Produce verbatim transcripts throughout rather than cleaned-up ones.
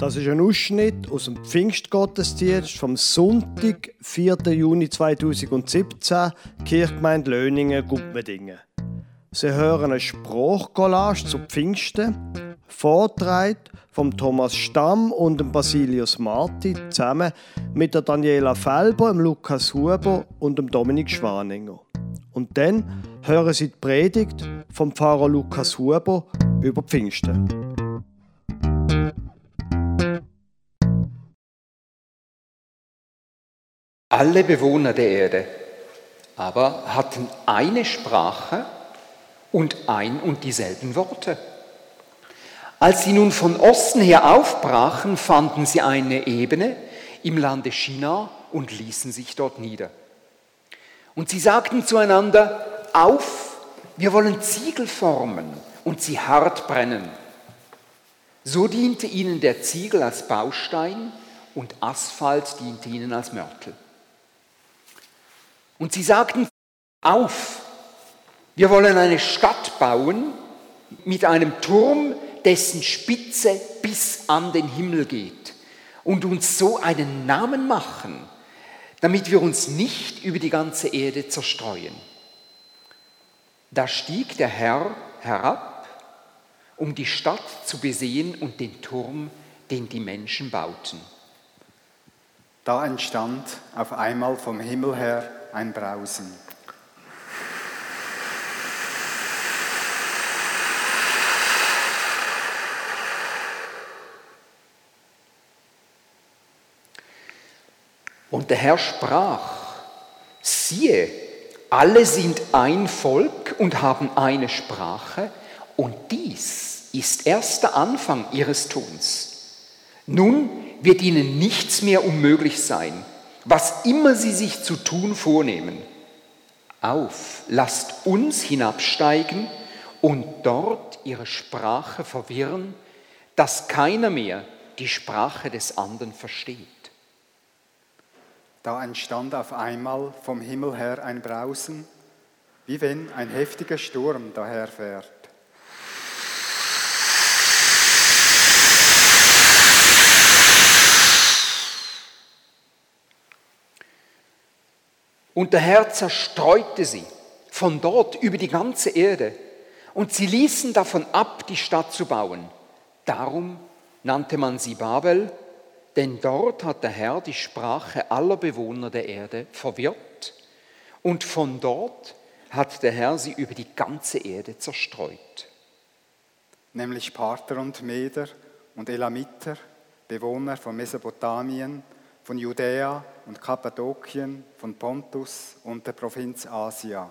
Das ist ein Ausschnitt aus dem Pfingstgottesdienst vom Sonntag, vierten Juni zweitausendsiebzehn, Kirchgemeinde Löningen, Gumpmedingen. Sie hören eine Sprachcollage zu Pfingsten, vorgetragen vom Thomas Stamm und dem Basilius Marti zusammen mit der Daniela Felber, dem Lukas Huber und dem Dominik Schwaninger. Und dann hören Sie die Predigt vom Pfarrer Lukas Huber über Pfingsten. Alle Bewohner der Erde aber hatten eine Sprache und ein und dieselben Worte. Als sie nun von Osten her aufbrachen, fanden sie eine Ebene im Lande Shinar und ließen sich dort nieder. Und sie sagten zueinander: Auf, wir wollen Ziegel formen und sie hart brennen. So diente ihnen der Ziegel als Baustein und Asphalt diente ihnen als Mörtel. Und sie sagten: Auf, wir wollen eine Stadt bauen mit einem Turm, dessen Spitze bis an den Himmel geht, und uns so einen Namen machen, damit wir uns nicht über die ganze Erde zerstreuen. Da stieg der Herr herab, um die Stadt zu besehen und den Turm, den die Menschen bauten. Da entstand auf einmal vom Himmel her ein Brausen. Und der Herr sprach: Siehe, alle sind ein Volk und haben eine Sprache, und dies ist erst der Anfang ihres Tuns. Nun wird ihnen nichts mehr unmöglich sein, was immer sie sich zu tun vornehmen. Auf, lasst uns hinabsteigen und dort ihre Sprache verwirren, dass keiner mehr die Sprache des anderen versteht. Da entstand auf einmal vom Himmel her ein Brausen, wie wenn ein heftiger Sturm daherfährt. Und der Herr zerstreute sie von dort über die ganze Erde, und sie ließen davon ab, die Stadt zu bauen. Darum nannte man sie Babel, denn dort hat der Herr die Sprache aller Bewohner der Erde verwirrt, und von dort hat der Herr sie über die ganze Erde zerstreut. Nämlich Parther und Meder und Elamiter, Bewohner von Mesopotamien, von Judäa und Kappadokien, von Pontus und der Provinz Asia.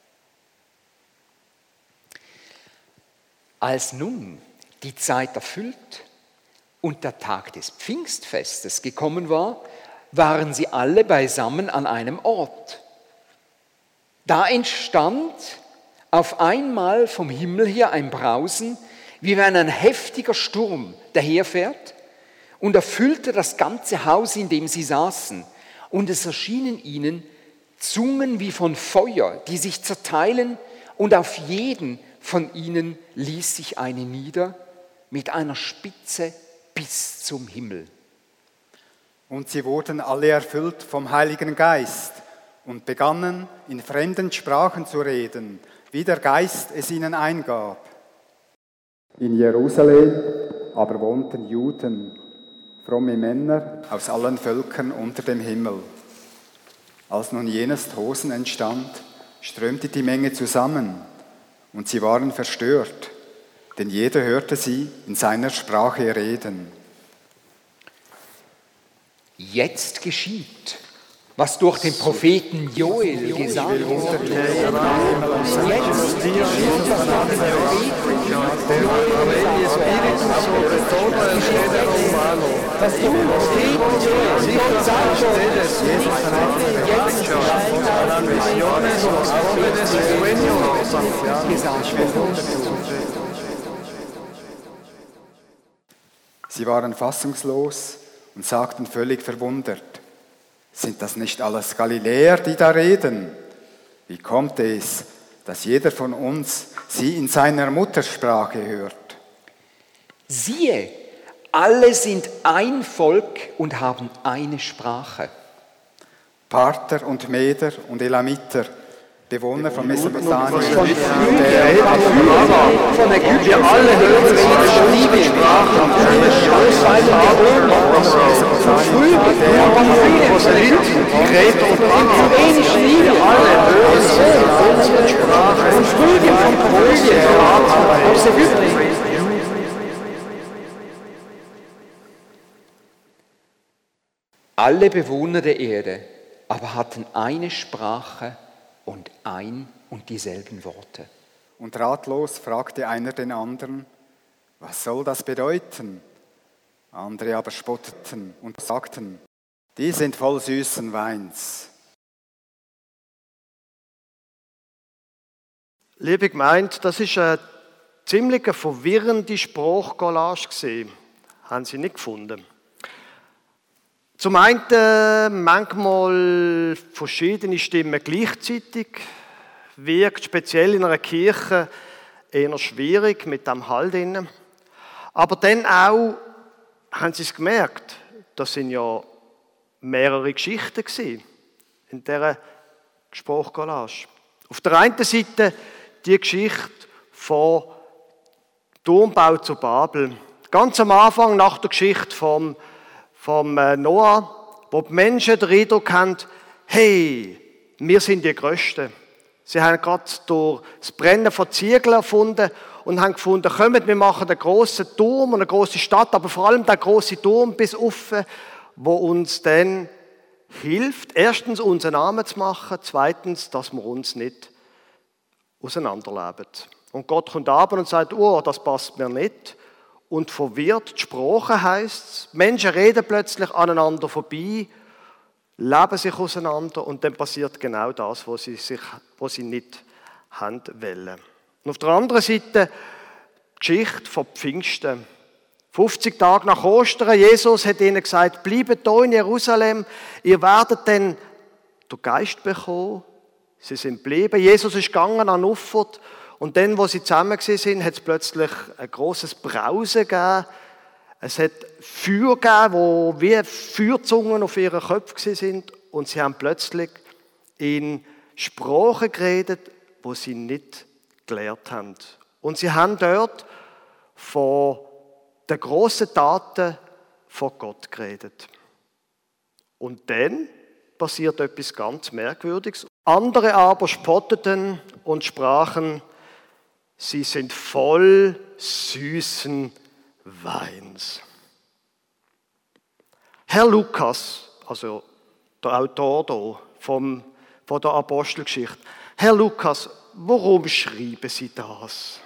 Als nun die Zeit erfüllt und der Tag des Pfingstfestes gekommen war, waren sie alle beisammen an einem Ort. Da entstand auf einmal vom Himmel her ein Brausen, wie wenn ein heftiger Sturm daherfährt, und erfüllte das ganze Haus, in dem sie saßen. Und es erschienen ihnen Zungen wie von Feuer, die sich zerteilen, und auf jeden von ihnen ließ sich eine nieder, mit einer Spitze bis zum Himmel. Und sie wurden alle erfüllt vom Heiligen Geist und begannen in fremden Sprachen zu reden, wie der Geist es ihnen eingab. In Jerusalem aber wohnten Juden, fromme Männer aus allen Völkern unter dem Himmel. Als nun jenes Tosen entstand, strömte die Menge zusammen, und sie waren verstört, denn jeder hörte sie in seiner Sprache reden. Jetzt geschieht, was durch den Propheten Joel gesagt wurde. Jetzt geschieht, was durch den Propheten Joel Sie waren fassungslos und sagten völlig verwundert: Sind das nicht alles Galiläer, die da reden? Wie kommt es, dass jeder von uns sie in seiner Muttersprache hört? Siehe, alle sind ein Volk und haben eine Sprache. Parther und Meder und Elamiter, Bewohner von Mesopotamien, Von Ägypten, alle hören die Sprache, Großteile der Römer, von Frühling, von Frühling, Kreta und Italienisch Liebe, alle hören unsere Sprache, von Frühling, von Frühling, aus Ägypten. Alle Bewohner der Erde aber hatten eine Sprache und ein und dieselben Worte. Und ratlos fragte einer den anderen, was soll das bedeuten? Andere aber spotteten und sagten, die sind voll süßen Weins. Liebe Gemeinde, das ist eine ziemlich verwirrende Sprachcollage gewesen. Haben Sie nicht gefunden? Zum einen manchmal verschiedene Stimmen gleichzeitig, wirkt speziell in einer Kirche eher schwierig mit dem Halt drin. Aber dann auch, haben Sie es gemerkt, das sind ja mehrere Geschichten gewesen in dieser Sprachcollage. Auf der einen Seite die Geschichte von Turmbau zu Babel. Ganz am Anfang, nach der Geschichte vom vom Noah, wo die Menschen den Eindruck haben, hey, wir sind die Größten. Sie haben gerade durch das Brennen von Ziegeln erfunden und haben gefunden, kommt, wir machen einen grossen Turm und eine grosse Stadt, aber vor allem der grosse Turm bis offen, wo uns dann hilft, erstens unseren Namen zu machen, zweitens, dass wir uns nicht auseinanderleben. Und Gott kommt ab und sagt, oh, das passt mir nicht. Und verwirrt die Sprache heisst es. Menschen reden plötzlich aneinander vorbei, leben sich auseinander und dann passiert genau das, was sie, sich, was sie nicht haben wollen. Und auf der anderen Seite die Geschichte von Pfingsten. fünfzig Tage nach Ostern, Jesus hat ihnen gesagt, bleibt hier in Jerusalem, ihr werdet dann den Geist bekommen. Sie sind geblieben. Jesus ist gegangen an Uffert. Und dann, wo sie zusammen waren, hat es plötzlich ein grosses Brausen gegeben. Es hat Feuer gegeben, wo wie Feuerzungen auf ihren Köpfen sind. Und sie haben plötzlich in Sprachen geredet, die sie nicht gelernt haben. Und sie haben dort von den grossen Taten von Gott geredet. Und dann passiert etwas ganz Merkwürdiges. Andere aber spotteten und sprachen, sie sind voll süßen Weins. Herr Lukas, also der Autor hier vom, von der Apostelgeschichte, Herr Lukas, warum schreiben Sie das?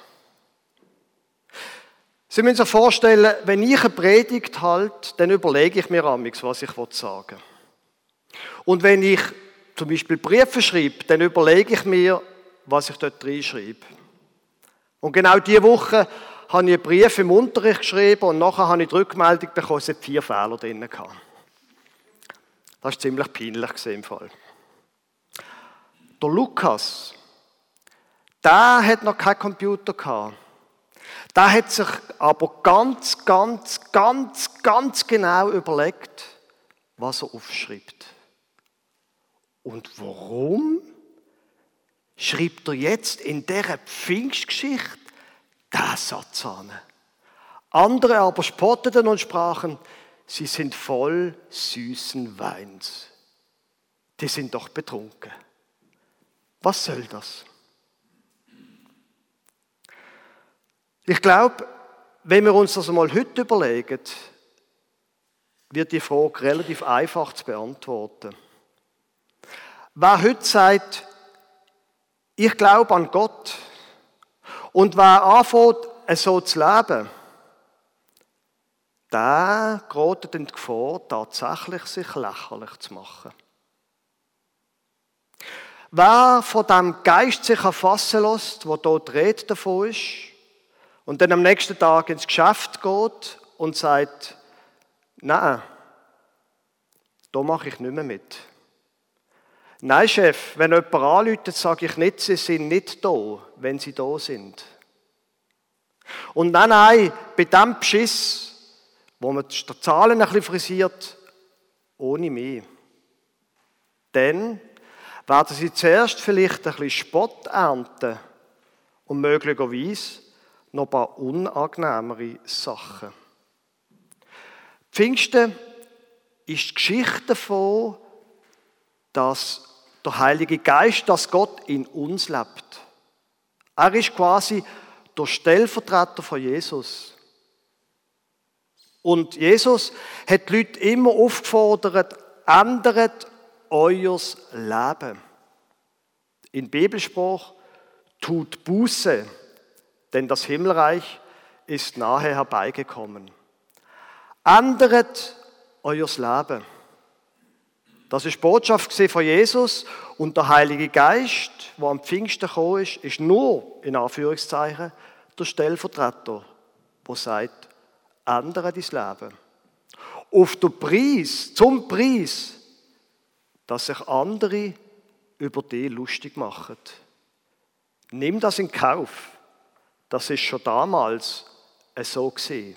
Sie müssen sich vorstellen, wenn ich eine Predigt halte, dann überlege ich mir amigs, was ich sagen will. Und wenn ich zum Beispiel Briefe schreibe, dann überlege ich mir, was ich dort reinschreibe. Und genau diese Woche habe ich einen Brief im Unterricht geschrieben und nachher habe ich die Rückmeldung bekommen, es hat vier Fehler drin gehabt. Das war ziemlich peinlich im Fall. Der Lukas, der hat noch keinen Computer gehabt. Der hat sich aber ganz, ganz, ganz, ganz genau überlegt, was er aufschreibt. Und warum schreibt er jetzt in dieser Pfingstgeschichte diesen Satz an? Andere aber spotteten und sprachen, sie sind voll süßen Weins. Die sind doch betrunken. Was soll das? Ich glaube, wenn wir uns das einmal heute überlegen, wird die Frage relativ einfach zu beantworten. Wer heute sagt, ich glaube an Gott und wer anfängt, so zu leben, der gerät in die Gefahr, tatsächlich sich lächerlich zu machen. Wer von dem Geist sich erfassen lässt, wo dort die Rede davon ist, und dann am nächsten Tag ins Geschäft geht und sagt, nein, da mache ich nicht mehr mit. Nein, Chef, wenn jemand anruft, sage ich nicht, sie sind nicht da, wenn sie da sind. Und nein, nein, bei dem Beschiss, wo man die Zahlen ein bisschen frisiert, ohne mehr. Dann werden sie zuerst vielleicht ein bisschen Spott ernten und möglicherweise noch ein paar unangenehmere Sachen. Pfingsten ist die Geschichte davon, dass der Heilige Geist, dass Gott in uns lebt. Er ist quasi der Stellvertreter von Jesus. Und Jesus hat die Leute immer aufgefordert, ändert euer Leben. In Bibelspruch, tut Buße, denn das Himmelreich ist nahe herbeigekommen. Ändert euer Leben. Das ist die Botschaft von Jesus und der Heilige Geist, der am Pfingsten gekommen ist, ist nur, in Anführungszeichen, der Stellvertreter, der sagt, ändere dein Leben. Auf den Preis, zum Preis, dass sich andere über dich lustig machen. Nimm das in Kauf. Das ist schon damals so gewesen.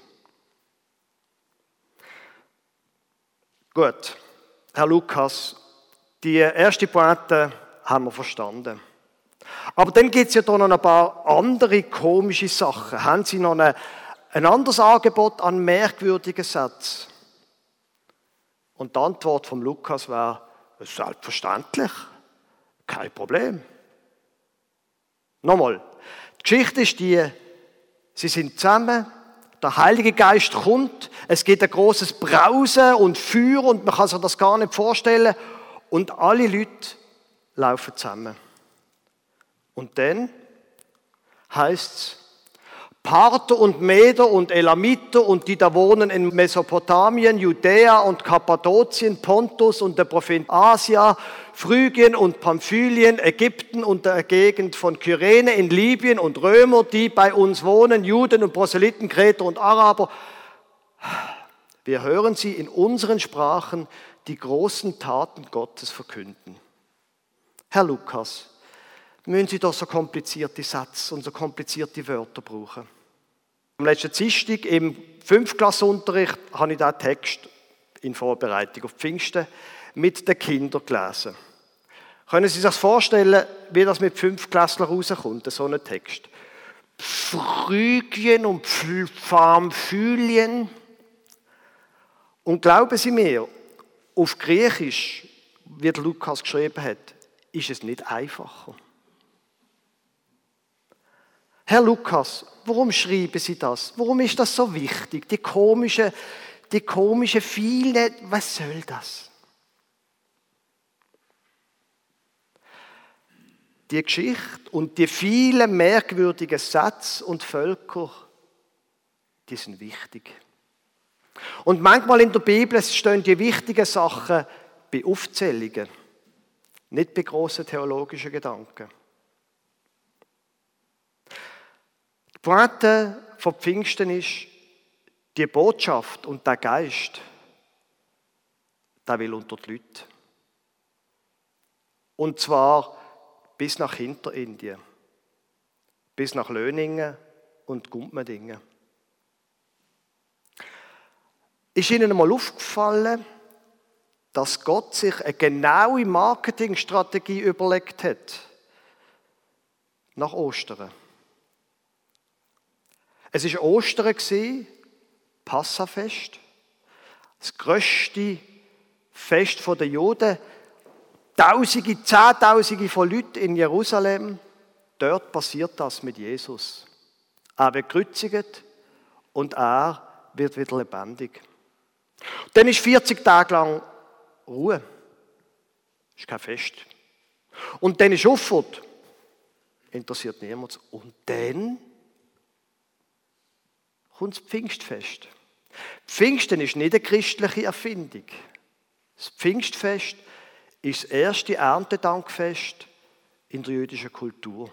Gut, Herr Lukas, die erste Pointe haben wir verstanden. Aber dann gibt es ja da noch ein paar andere komische Sachen. Haben Sie noch eine, ein anderes Angebot an merkwürdigen Sätzen? Und die Antwort von Lukas wäre, selbstverständlich, kein Problem. Nochmal, die Geschichte ist die, sie sind zusammen, der Heilige Geist kommt, es gibt ein großes Brausen und Feuer und man kann sich das gar nicht vorstellen und alle Leute laufen zusammen. Und dann heißt es, Parther und Meder und Elamiter und die da wohnen in Mesopotamien, Judäa und Kappadokien, Pontus und der Provinz Asia, Phrygien und Pamphylien, Ägypten und der Gegend von Kyrene in Libyen und Römer, die bei uns wohnen, Juden und Proselyten, Kreter und Araber. Wir hören sie in unseren Sprachen die großen Taten Gottes verkünden. Herr Lukas, müssen Sie doch so komplizierte Sätze und so komplizierte Wörter brauchen. Am letzten Dienstag im Fünftklassenunterricht habe ich diesen Text in Vorbereitung auf Pfingsten mit den Kindern gelesen. Können Sie sich vorstellen, wie das mit Fünftklässlern rauskommt, so ein Text? Phrygien und Pamphylien. Und glauben Sie mir, auf Griechisch, wie der Lukas geschrieben hat, ist es nicht einfacher. Herr Lukas, warum schreiben Sie das? Warum ist das so wichtig? Die komische, die komische viele, was soll das? Die Geschichte und die vielen merkwürdigen Sätze und Völker, die sind wichtig. Und manchmal in der Bibel stehen die wichtigen Sachen bei Aufzählungen, nicht bei grossen theologischen Gedanken. Die Pointe von Pfingsten ist, die Botschaft und der Geist, der will unter die Leute. Und zwar bis nach Hinterindien, bis nach Löningen und Gumpmedingen. Ist Ihnen einmal aufgefallen, dass Gott sich eine genaue Marketingstrategie überlegt hat? Nach Ostern. Es war Ostern, Passafest, das grösste Fest der Juden. Tausende, Zehntausende von Leuten in Jerusalem. Dort passiert das mit Jesus. Er wird gekreuzigt und er wird wieder lebendig. Dann ist vierzig Tage lang Ruhe. Das ist kein Fest. Und dann ist Auffahrt. Interessiert niemand. Und dann kommt das Pfingstfest. Pfingsten ist nicht eine christliche Erfindung. Das Pfingstfest ist das erste Erntedankfest in der jüdischen Kultur.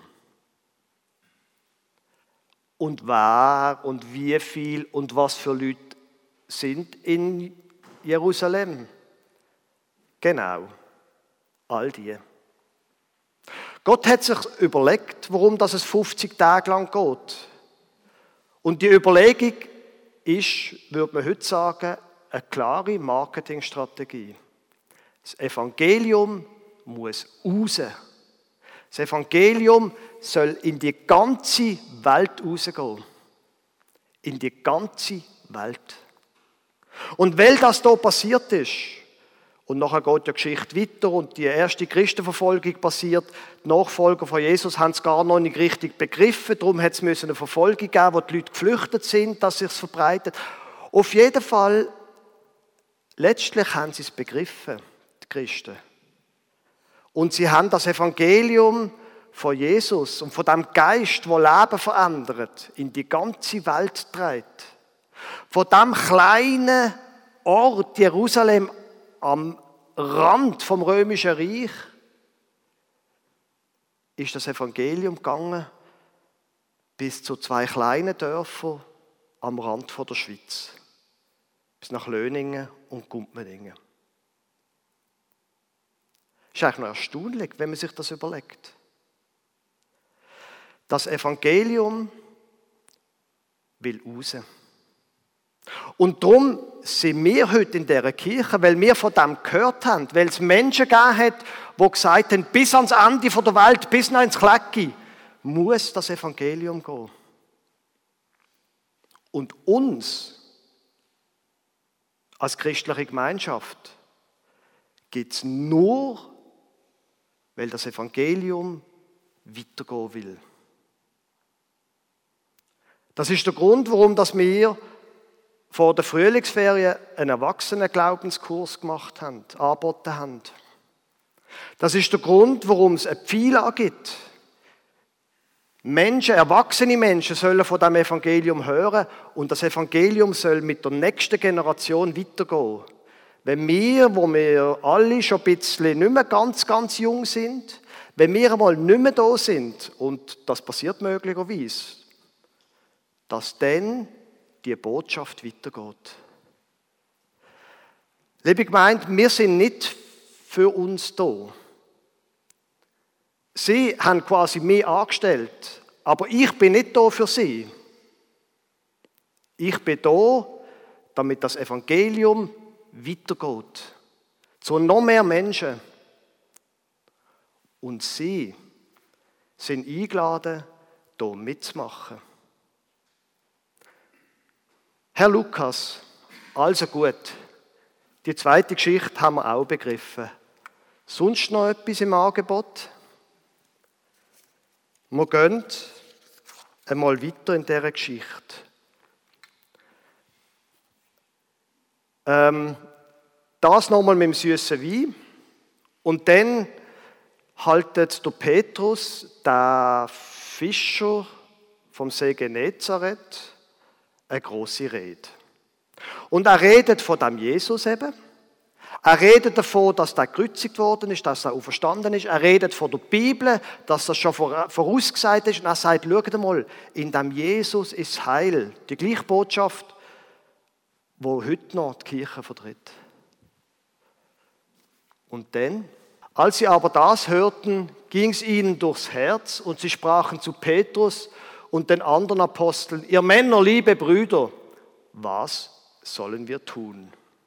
Und wer und wie viel und was für Leute sind in Jerusalem? Genau, all die. Gott hat sich überlegt, warum das es fünfzig Tage lang geht. Und die Überlegung ist, würde man heute sagen, eine klare Marketingstrategie. Das Evangelium muss raus. Das Evangelium soll in die ganze Welt rausgehen. In die ganze Welt. Und weil das hier passiert ist, und nachher geht die Geschichte weiter und die erste Christenverfolgung passiert, die Nachfolger von Jesus haben es gar noch nicht richtig begriffen, darum hat es eine Verfolgung geben, wo die Leute geflüchtet sind, dass es sich verbreitet. Auf jeden Fall, letztlich haben sie es begriffen, die Christen. Und sie haben das Evangelium von Jesus und von dem Geist, der Leben verändert, in die ganze Welt trägt. Von dem kleinen Ort Jerusalem am Rand vom Römischen Reich ist das Evangelium gegangen bis zu zwei kleinen Dörfern am Rand von der Schweiz. Bis nach Löningen und Gumpmedingen. Ist eigentlich noch erstaunlich, wenn man sich das überlegt. Das Evangelium will raus. Und darum sind wir heute in dieser Kirche, weil wir von dem gehört haben, weil es Menschen gegeben hat, die gesagt haben, bis ans Ende der Welt, bis nach ins Klecki, muss das Evangelium gehen. Und uns als christliche Gemeinschaft gibt es nur, weil das Evangelium weitergehen will. Das ist der Grund, warum wir vor der Frühlingsferien einen Erwachsenen-Glaubenskurs gemacht haben, angeboten haben. Das ist der Grund, warum es eine Pfeila gibt. Menschen, erwachsene Menschen sollen von dem Evangelium hören und das Evangelium soll mit der nächsten Generation weitergehen. Wenn wir, wo wir alle schon ein bisschen nicht mehr ganz, ganz jung sind, wenn wir einmal nicht mehr da sind, und das passiert möglicherweise, dass dann die Botschaft weitergeht. Liebe Gemeinde, wir sind nicht für uns da. Sie haben quasi mich angestellt, aber ich bin nicht da für sie. Ich bin da, damit das Evangelium weitergeht. Zu noch mehr Menschen. Und sie sind eingeladen, hier mitzumachen. Herr Lukas, also gut. Die zweite Geschichte haben wir auch begriffen. Sonst noch etwas im Angebot? Wir gehen einmal weiter in dieser Geschichte. Ähm, das nochmal mit dem süßen Wein. Und dann haltet der Petrus, der Fischer vom See Genezareth, eine grosse Rede. Und er redet von dem Jesus eben. Er redet davon, dass er gekreuzigt worden ist, dass er auferstanden ist. Er redet von der Bibel, dass das schon vorausgesagt ist. Und er sagt, schaut mal, in dem Jesus ist Heil. Die gleiche Botschaft, die heute noch die Kirche vertritt. Und dann, als sie aber das hörten, ging es ihnen durchs Herz und sie sprachen zu Petrus und den anderen Aposteln, ihr Männer, liebe Brüder, was sollen wir tun?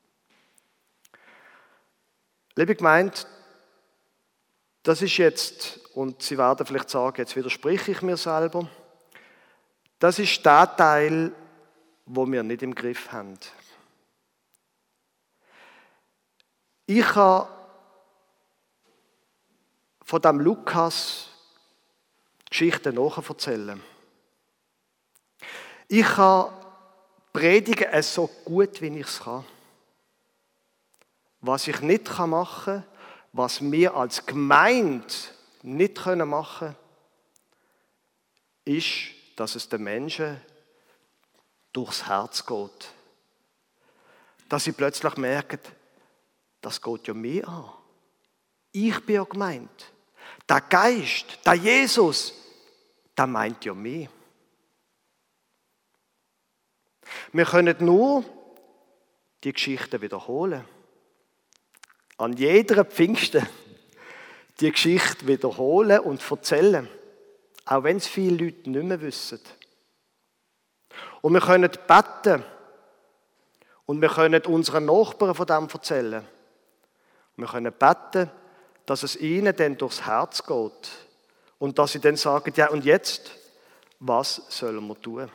Liebe Gemeinde, das ist jetzt, und Sie werden vielleicht sagen, jetzt widerspreche ich mir selber, das ist der Teil, wo wir nicht im Griff haben. Ich habe von dem Lukas Geschichten nacherzählen. Ich kann predigen so gut, wie ich es kann. Was ich nicht machen kann, was wir als Gemeinde nicht machen können, ist, dass es den Menschen durchs Herz geht. Dass sie plötzlich merken, das geht ja mir an. Ich bin ja gemeint. Der Geist, der Jesus, der meint ja mich. Wir können nur die Geschichte wiederholen. An jeder Pfingsten die Geschichte wiederholen und erzählen. Auch wenn es viele Leute nicht mehr wissen. Und wir können beten, Und wir können unseren Nachbarn von dem erzählen. Wir können beten, dass es ihnen dann durchs Herz geht. Und dass sie dann sagen, ja und jetzt, was sollen wir tun?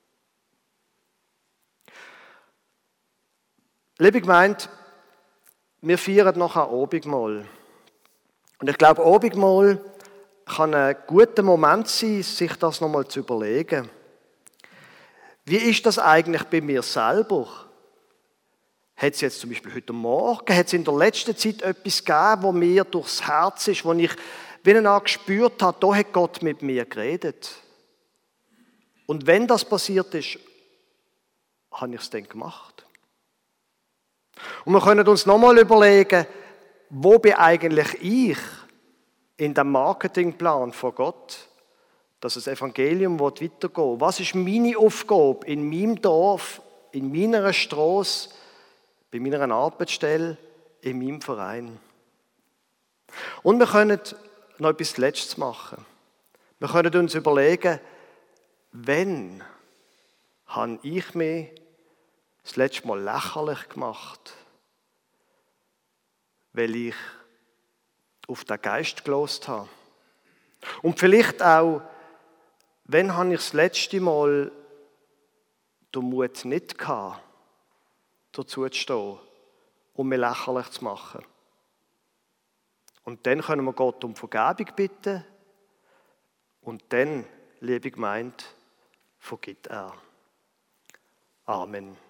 Liebe Gemeinde, wir feiern nachher Abendmahl. Und ich glaube, Abendmahl kann ein guter Moment sein, sich das nochmal zu überlegen. Wie ist das eigentlich bei mir selber? Hat es jetzt zum Beispiel heute Morgen, hat es in der letzten Zeit etwas gegeben, wo mir durchs Herz ist, wo ich wie eine Art gespürt habe, da hat Gott mit mir geredet. Und wenn das passiert ist, habe ich es dann gemacht. Und wir können uns nochmal überlegen, wo bin eigentlich ich in dem Marketingplan von Gott, dass das Evangelium weitergehen will. Was ist meine Aufgabe in meinem Dorf, in meiner Straße, bei meiner Arbeitsstelle, in meinem Verein? Und wir können noch etwas Letztes machen. Wir können uns überlegen, wenn habe ich mich das letzte Mal lächerlich gemacht, weil ich auf den Geist gehört habe. Und vielleicht auch, wenn habe ich das letzte Mal den Mut nicht gehabt, dazu zu stehen, um mich lächerlich zu machen. Und dann können wir Gott um Vergebung bitten und dann, liebe Gemeinde, vergibt er. Amen.